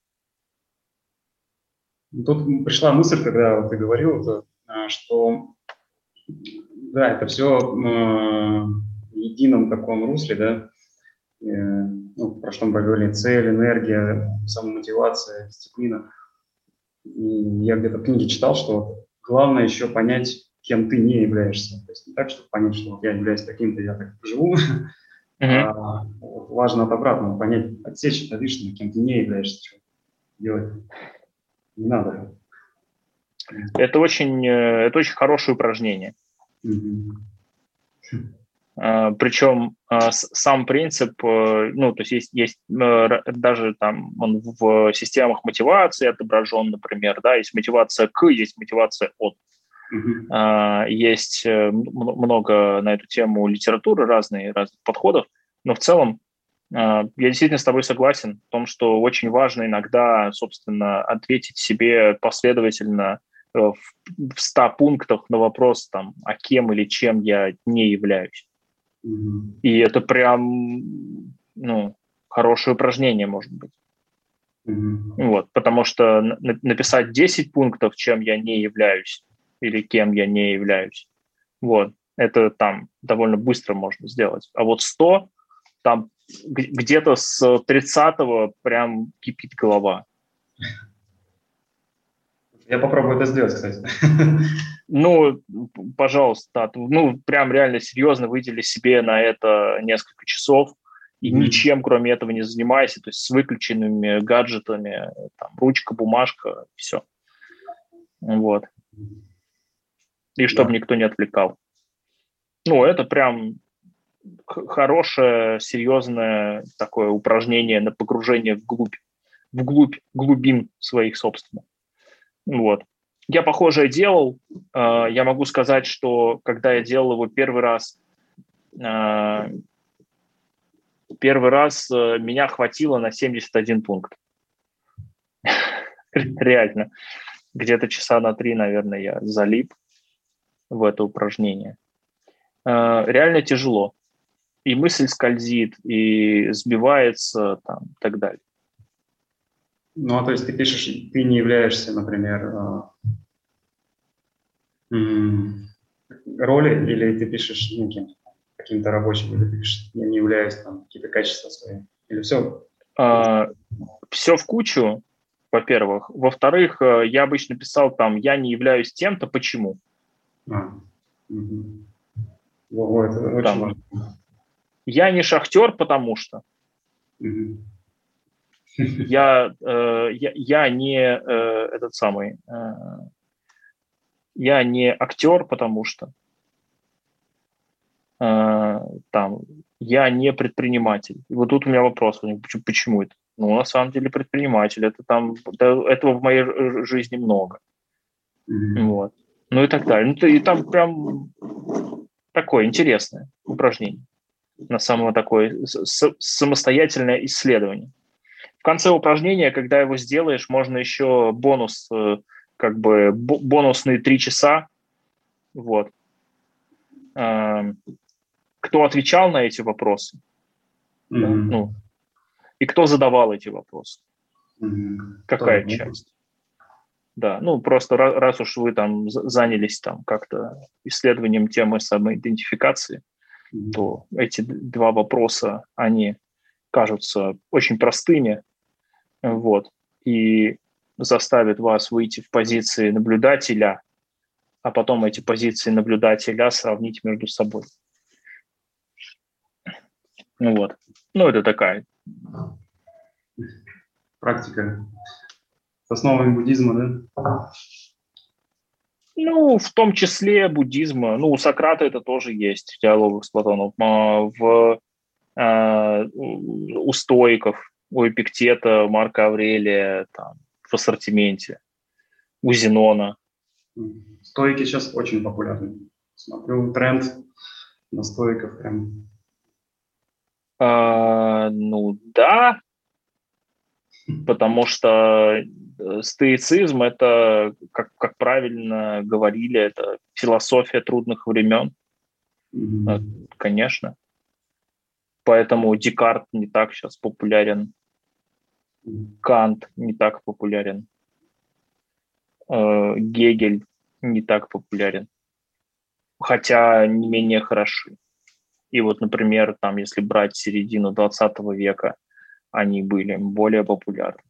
Тут пришла мысль, когда ты говорил, что да, это все в едином таком русле, да, ну, про что мы поговорили, цель, энергия, самомотивация, дисциплина. И я где-то в книге читал, что главное еще понять, кем ты не являешься. То есть не так, чтобы понять, что вот я являюсь таким-то, я так живу, mm-hmm. а важно от обратного понять, отсечь это лишнее, кем ты не являешься, что делать не надо. Это очень, это очень хорошее упражнение. Mm-hmm. Uh, причем uh, сам принцип, uh, ну, то есть есть, есть uh, даже там он в системах мотивации отображен, например, да, есть мотивация к, есть мотивация от. Mm-hmm. Uh, есть uh, много на эту тему литературы, разные, разных подходов, но в целом uh, я действительно с тобой согласен в том, что очень важно иногда, собственно, ответить себе последовательно uh, в ста пунктах на вопрос, там, а кем или чем я не являюсь. Mm-hmm. И это прям, ну, хорошее упражнение, может быть. Mm-hmm. Вот, потому что на- написать десять пунктов, чем я не являюсь, или кем я не являюсь, вот, это там довольно быстро можно сделать. А вот сто, там г- где-то с тридцатого прям кипит голова. Я попробую это сделать, кстати. Ну, пожалуйста, да, ну, прям реально серьезно выдели себе на это несколько часов и mm-hmm. ничем, кроме этого, не занимайся, то есть с выключенными гаджетами, там, ручка, бумажка, все. Вот. И чтобы да. никто не отвлекал. Ну, это прям хорошее, серьезное такое упражнение на погружение вглубь, вглубь глубин своих собственных. Вот. Я похожее делал. Я могу сказать, что когда я делал его первый раз, первый раз меня хватило на семьдесят один пункт. Реально. Где-то часа на три, наверное, я залип в это упражнение. Реально тяжело. И мысль скользит, и сбивается, там, и так далее. Ну, а то есть ты пишешь, ты не являешься, например, роли, или ты пишешь ну, каким-то рабочим, или ты пишешь, я не являюсь, там, какие-то качества свои, или все? А, все в кучу, во-первых. Во-вторых, я обычно писал там, я не являюсь тем-то, почему. А, угу. О, это очень там, важно. Я не шахтер, потому что. Угу. Я, э, я, я не э, этот самый... Э, я не актер, потому что. Э, там, я не предприниматель. И вот тут у меня вопрос, почему, почему это? Ну, на самом деле, предприниматель. Это там, этого в моей жизни много. Mm-hmm. Вот. Ну и так далее. Ну, и там прям такое интересное упражнение. На самое такое самостоятельное исследование. В конце упражнения, когда его сделаешь, можно еще бонус, как бы бонусные три часа. Вот. Кто отвечал на эти вопросы? Mm-hmm. Да? Ну, и кто задавал эти вопросы? Mm-hmm. Какая Тоже часть? Да, ну просто раз, раз уж вы там занялись там как-то исследованием темы самоидентификации, mm-hmm. то эти два вопроса, они кажутся очень простыми, вот, и заставит вас выйти в позиции наблюдателя, а потом эти позиции наблюдателя сравнить между собой. Ну вот. Ну, это такая практика с основами буддизма, да? Ну, в том числе буддизма. Ну, у Сократа это тоже есть в диалогах с Платоном. В, э, у стоиков, у Эпиктета, Марка Аврелия, там, в ассортименте, у Зенона. Стоики сейчас очень популярны. Смотрю тренд на стоиков прям. А, ну, да, потому что стоицизм – это, как, как правильно говорили, это философия трудных времен, mm-hmm. Конечно. Поэтому Декарт не так сейчас популярен, mm-hmm. Кант не так популярен, э, Гегель не так популярен, хотя не менее хороши. И вот, например, там, если брать середину двадцатого века, они были более популярны.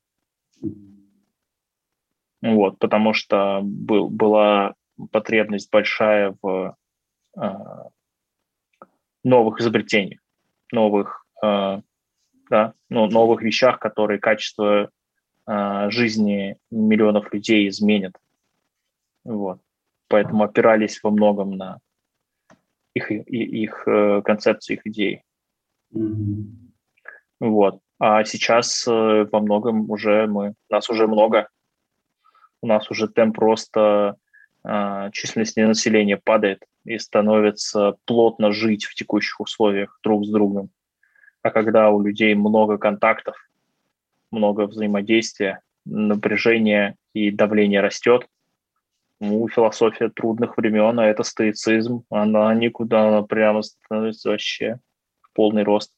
Вот, потому что был, была потребность большая в э, новых изобретениях, новых, э, да, ну, новых вещах, которые качество э, жизни миллионов людей изменят. Вот. Поэтому опирались во многом на их, их, их э, концепцию, их идеи. Mm-hmm. Вот. А сейчас э, во многом уже мы, нас уже много. У нас уже темп роста э, численности населения падает и становится плотно жить в текущих условиях друг с другом. А когда у людей много контактов, много взаимодействия, напряжение и давление растет, ну, философия трудных времен, а это стоицизм, она никуда, она прямо становится вообще в полный рост.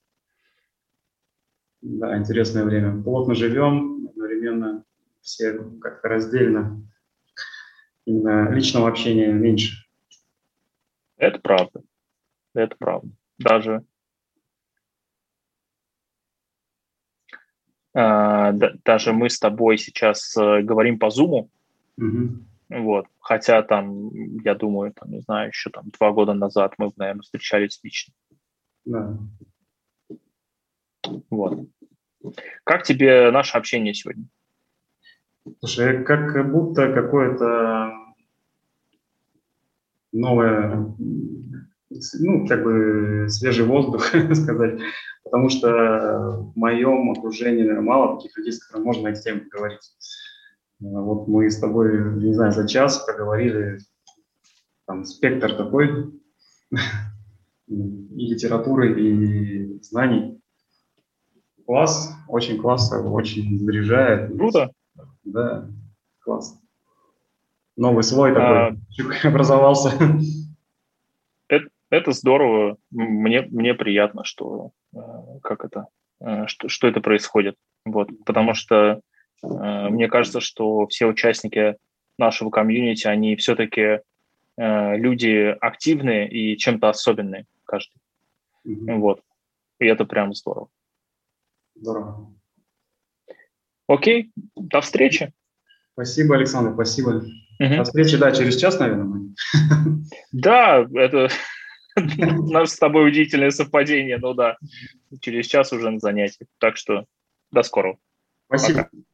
Да, интересное время. Плотно живем, одновременно все как-то раздельно. Именно личного общения меньше. Это правда. Это правда. Даже, э, да, даже мы с тобой сейчас э, говорим по Zoom. Угу. Вот. Хотя там, я думаю, там, не знаю, еще там два года назад мы, наверное, встречались лично. Да. Вот. Как тебе наше общение сегодня? Слушай, как будто какое-то новое, ну, как бы свежий воздух, сказать, потому что в моем окружении, наверное, мало таких людей, с которыми можно на эти темы поговорить. Вот мы с тобой, не знаю, за час проговорили, там, спектр такой и литературы, и знаний. Класс, очень классно, очень заряжает. Круто. Да, классно. Новый слой такой а, образовался. Это, это здорово. Мне, мне приятно, что, как это, что, что это происходит. Вот. Потому что мне кажется, что все участники нашего комьюнити, они все-таки люди активные и чем-то особенные каждый. Mm-hmm. Вот. И это прям здорово. Здорово. Окей, до встречи. Спасибо, Александр, спасибо. Угу. До встречи, да, через час, наверное. Да, это наше с тобой удивительное совпадение, ну да, через час уже на занятии. Так что до скорого. Спасибо. Пока.